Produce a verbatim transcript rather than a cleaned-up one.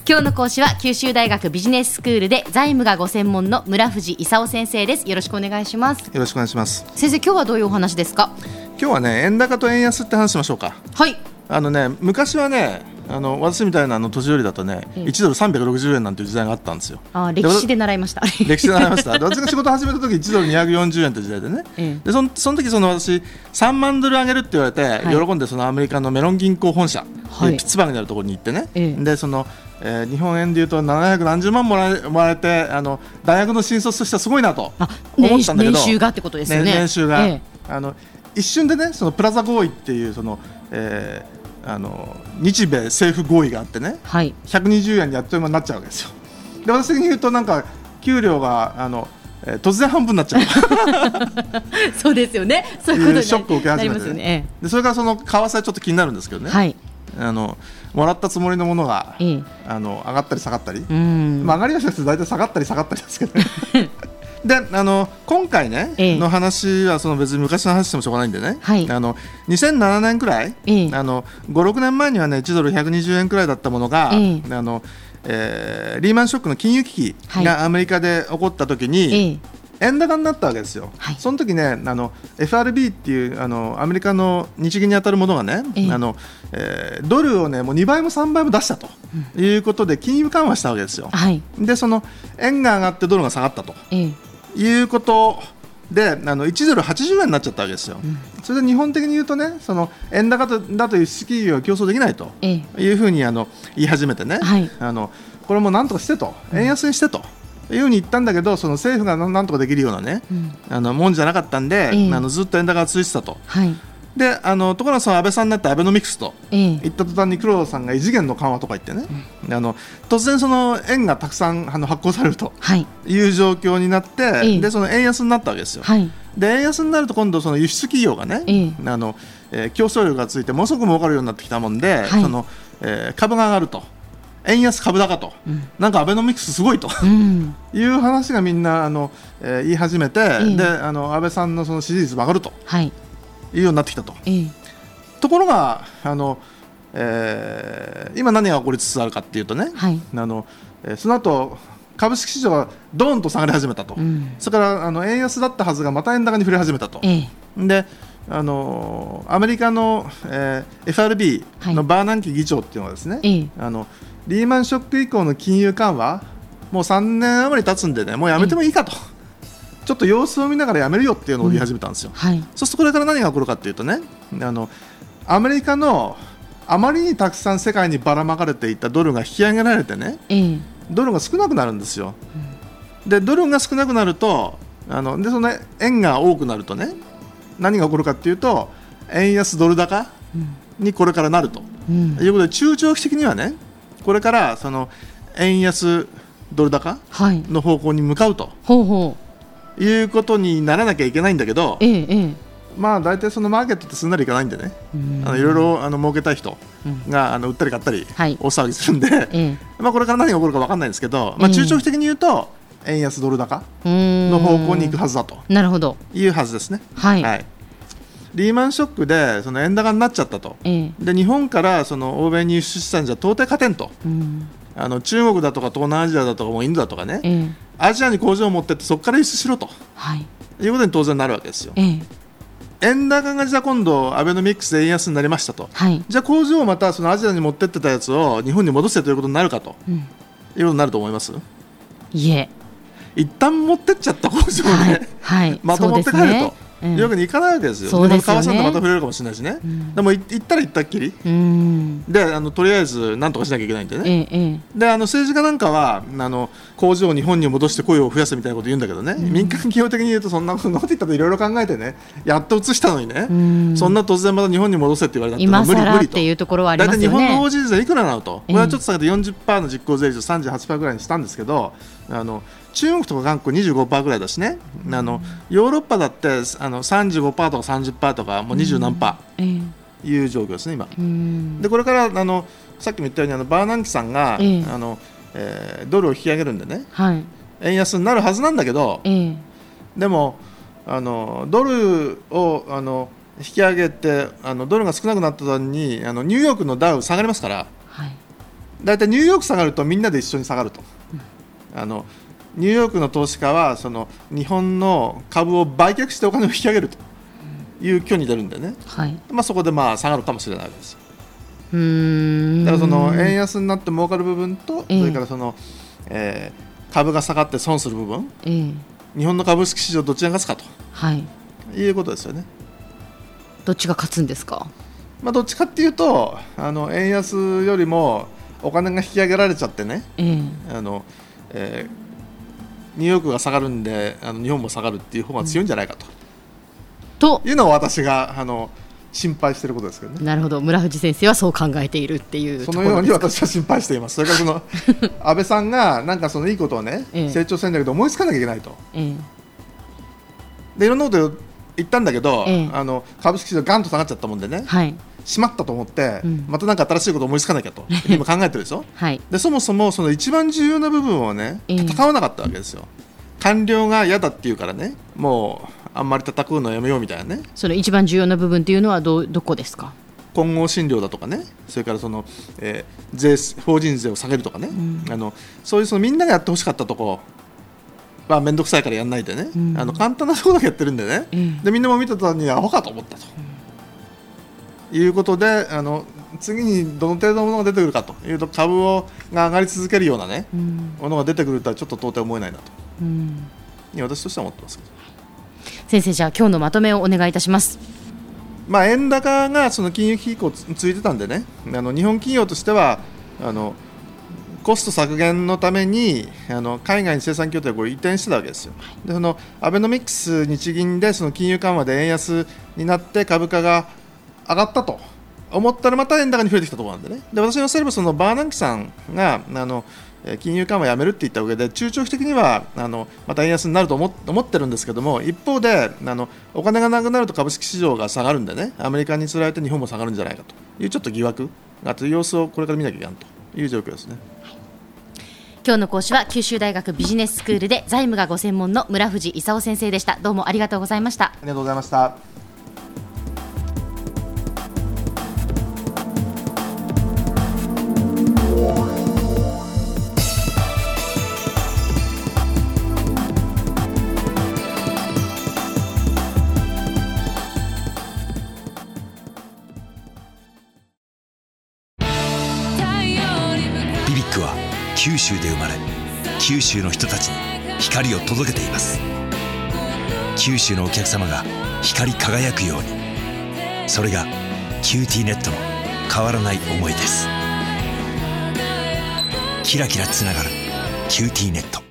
今日の講師は九州大学ビジネススクールで財務がご専門の村藤勲先生です。よろしくお願いします。 よろしくお願いします。 先生、今日はどういうお話ですか？ 今日はね、円高と円安って話しましょうか。 はい。 あのね、昔はね、あの私みたいなあの年寄りだとね、いちドルさんびゃくろくじゅうえんなんていう時代があったんですよ。 あ、歴史で習いました。 歴史で習いました。で私が仕事始めた時いちドルにひゃくよんじゅうえんという時代でね、ええ、で そ, のその時その私さんまんドル上げるって言われて、はい、喜んでそのアメリカのメロン銀行本社、はい、ピッツバーグにあるところに行ってね、ええ、でそのえー、日本円でいうとななひゃくなんじゅうまんもらえ、もらえて、あの大学の新卒としてはすごいなと思ったんだけど、 年収がってことですよね。 ね、年収が、 ええ、 あの一瞬でね、そのプラザ合意っていうその、えー、あの日米政府合意があってね、はい、ひゃくにじゅうえんにあっという間になっちゃうわけですよ。で私的に言うとなんか給料があの、えー、突然半分になっちゃうそうですよね。そういうことにショックを受け始めて、ね、 なりますよね。 でそれからその為替はちょっと気になるんですけどね、はい、あのもらったつもりのものが、ええ、あの上がったり下がったり、うん、まあ、上がりはしなくて大体下がったり下がったりですけどねであの今回ね、ええ、の話はその別に昔の話してもしょうがないんでね、はい、あのにせんななねんくらい、ええ、あのご、ろくねんまえにはねいちドルひゃくにじゅうえんくらいだったものが、ええ、あのえー、リーマンショックの金融危機がアメリカで起こった時に、はい、円高になったわけですよ、はい、その時ねあの エフアールビー っていうあのアメリカの日銀に当たるものがね、えあのえー、ドルを、ね、もうにばいもさんばいも出したということで金融緩和したわけですよ、はい、でその円が上がってドルが下がったと、えいうことであのいちドルはちじゅうえんになっちゃったわけですよ、うん、それで日本的に言うとねその円高だという企業は競争できないというふうにあの言い始めてね、はい、あのこれもなんとかしてと円安にしてと、うん、いうふうに言ったんだけどその政府がなんとかできるようなね、うん、あのもんじゃなかったんで、えー、あのずっと円高が続いてたと、はい、であのところがその安倍さんになってアベノミクスと言った途端に黒田さんが異次元の緩和とか言ってね、うん、あの突然その円がたくさんあの発行されるという状況になって、はい、でその円安になったわけですよ、はい、で円安になると今度その輸出企業がね、えーあのえー、競争力がついてものすごく儲かるようになってきたもんで、はい、そのえー、株が上がると円安株高と、うん、なんかアベノミクスすごいと、うん、いう話がみんなあの、えー、言い始めて、えー、であの安倍さんのその支持率も上がると、はい、いうようになってきたと、えー、ところがあの、えー、今何が起こりつつあるかっていうとね、はい、あのえー、その後株式市場はドーンと下がり始めたと、うん、それからあの円安だったはずがまた円高に振れ始めたと、えー、であのアメリカの、えー、エフアールビー のバーナンキ議長っていうのはですね、はい、あのリーマンショック以降の金融緩和もうさんねん余り経つんでねもうやめてもいいかと、ちょっと様子を見ながらやめるよっていうのを言い始めたんですよ、うんはい、そうするとこれから何が起こるかっていうとねあのアメリカのあまりにたくさん世界にばらまかれていたドルが引き上げられてね、えー、ドルが少なくなるんですよ、うん、でドルが少なくなるとあのでその円が多くなるとね何が起こるかっていうと円安ドル高にこれからなると、うん、いうことで中長期的にはねこれからその円安ドル高の方向に向かうと、はい、ほうほういうことにならなきゃいけないんだけど、ええええ、まあ大体そのマーケットってすんなりいかないんでね、あのいろいろあの儲けたい人が、うん、あの売ったり買ったり大騒ぎするんで、はいええ、まあこれから何が起こるか分かんないんですけど、まあ、中長期的に言うと円安ドル高の方向に行くはずだというはずですね。はいはい、リーマンショックでその円高になっちゃったと、ええ、で日本からその欧米に輸出したんじゃ到底勝てんと、うん、あの中国だとか東南アジアだとかもインドだとかね、ええ、アジアに工場を持ってってそこから輸出しろと、はい、いうことに当然なるわけですよ、ええ、円高がじゃあ今度アベノミクスで円安になりましたと、はい、じゃあ工場をまたそのアジアに持ってってたやつを日本に戻せということになるかと、うん、いうことになると思います？いえ、一旦持ってっちゃった工場をね、はいはい、また持って帰るというわけにいかないわけですよ。そうですよね。為替なんてまた触れるかもしれないしね、うん、でも行ったら行ったっきり、うん、であのとりあえず何とかしなきゃいけないんでね、ええ、であの政治家なんかはあの工場を日本に戻して雇用を増やすみたいなこと言うんだけどね、うん、民間企業的に言うとそんなこと言ったといろいろ考えてねやっと移したのにね、うん、そんな突然また日本に戻せって言われたって無理無理と、っていうところはありますよね。だいたい日本の法人税いくらなのと、これはちょっと下げて よんじゅっパーセント の実効税率を さんじゅうはちパーセント ぐらいにしたんですけど、あの中国とか韓国 にじゅうごパーセント ぐらいだしね、うん、あのヨーロッパだってあの さんじゅうごパーセント とか さんじゅっパーセント とかもうにじゅう何パー、うんえー、いう状況ですね今、うん、でこれからあのさっきも言ったようにあのバーナンキさんが、えーあのえー、ドルを引き上げるんでね、はい、円安になるはずなんだけど、えー、でもあのドルをあの引き上げてあのドルが少なくなった途端にあのニューヨークのダウ下がりますから、はい、 だいたいニューヨーク下がるとみんなで一緒に下がると、うん、あのニューヨークの投資家はその日本の株を売却してお金を引き上げるという挙に出るんでね、はい、まあ、そこでまあ下がるかもしれないわけですよ。 うーん、 だからその円安になって儲かる部分と、えー、それからその、えー、株が下がって損する部分、えー、日本の株式市場どっちが勝つかと、はい、いうことですよね。 どっちが勝つんですか。 まあ、どっちかっていうとあの円安よりもお金が引き上げられちゃってね、えーあのえー、ニューヨークが下がるんであの日本も下がるっていう方が強いんじゃないかと、うん、というのを私があの心配していることですけどね。 なるほど、村藤先生はそう考えているっていうところですか。 そのように私は心配しています。それからその安倍さんがなんかそのいいことをね、ええ、成長戦略で思いつかなきゃいけないと、ええ、でいろんなこと言ったんだけど、ええ、あの株式市場ガンと下がっちゃったもんでね、はい、しまったと思って、うん、またなんか新しいことを思いつかなきゃと今考えてるでしょ、はい、でそもそもその一番重要な部分をね戦わなかったわけですよ、ええ、官僚が嫌だっていうからね、もうあんまり叩くのやめようみたいなね。 その一番重要な部分っていうのは ど, どこですか。 混合診療だとかね、それからその、えー、税法人税を下げるとかね、うん、あのそういうそのみんながやってほしかったとこは面倒くさいからやんないでね、うん、あの簡単なところだけやってるんでね、うん、でみんなも見てたのにアホかと思ったと、うん、いうことであの次にどの程度のものが出てくるかというと株をが上がり続けるようなね、うん、ものが出てくるとはちょっと到底思えないなと、うん、私としては思ってますけど。 先生、じゃあ今日のまとめをお願いいたします。 まあ、円高がその金融危機以降続いてたんでね、あの日本企業としてはあのコスト削減のためにあの海外に生産拠点をこう移転してたわけですよ。でそのアベノミクス日銀でその金融緩和で円安になって株価が上がったと思ったらまた円高に増えてきたところなんでね。で私のすればそのバーナンキさんがあの金融緩和やめるって言ったわけで中長期的にはあのまた円安になると 思, 思ってるんですけども、一方であのお金がなくなると株式市場が下がるんでね、アメリカにつられて日本も下がるんじゃないかというちょっと疑惑があって様子をこれから見なきゃいけないという状況ですね。 今日の講師は九州大学ビジネススクールで財務がご専門の村藤勲先生でした。どうもありがとうございました。 ありがとうございました。 ビビックは九州で生まれ、九州の人たちに光を届けています。九州のお客様が光り輝くように、それがキューティーネットの変わらない思いです。キラキラつながるキューティーネット。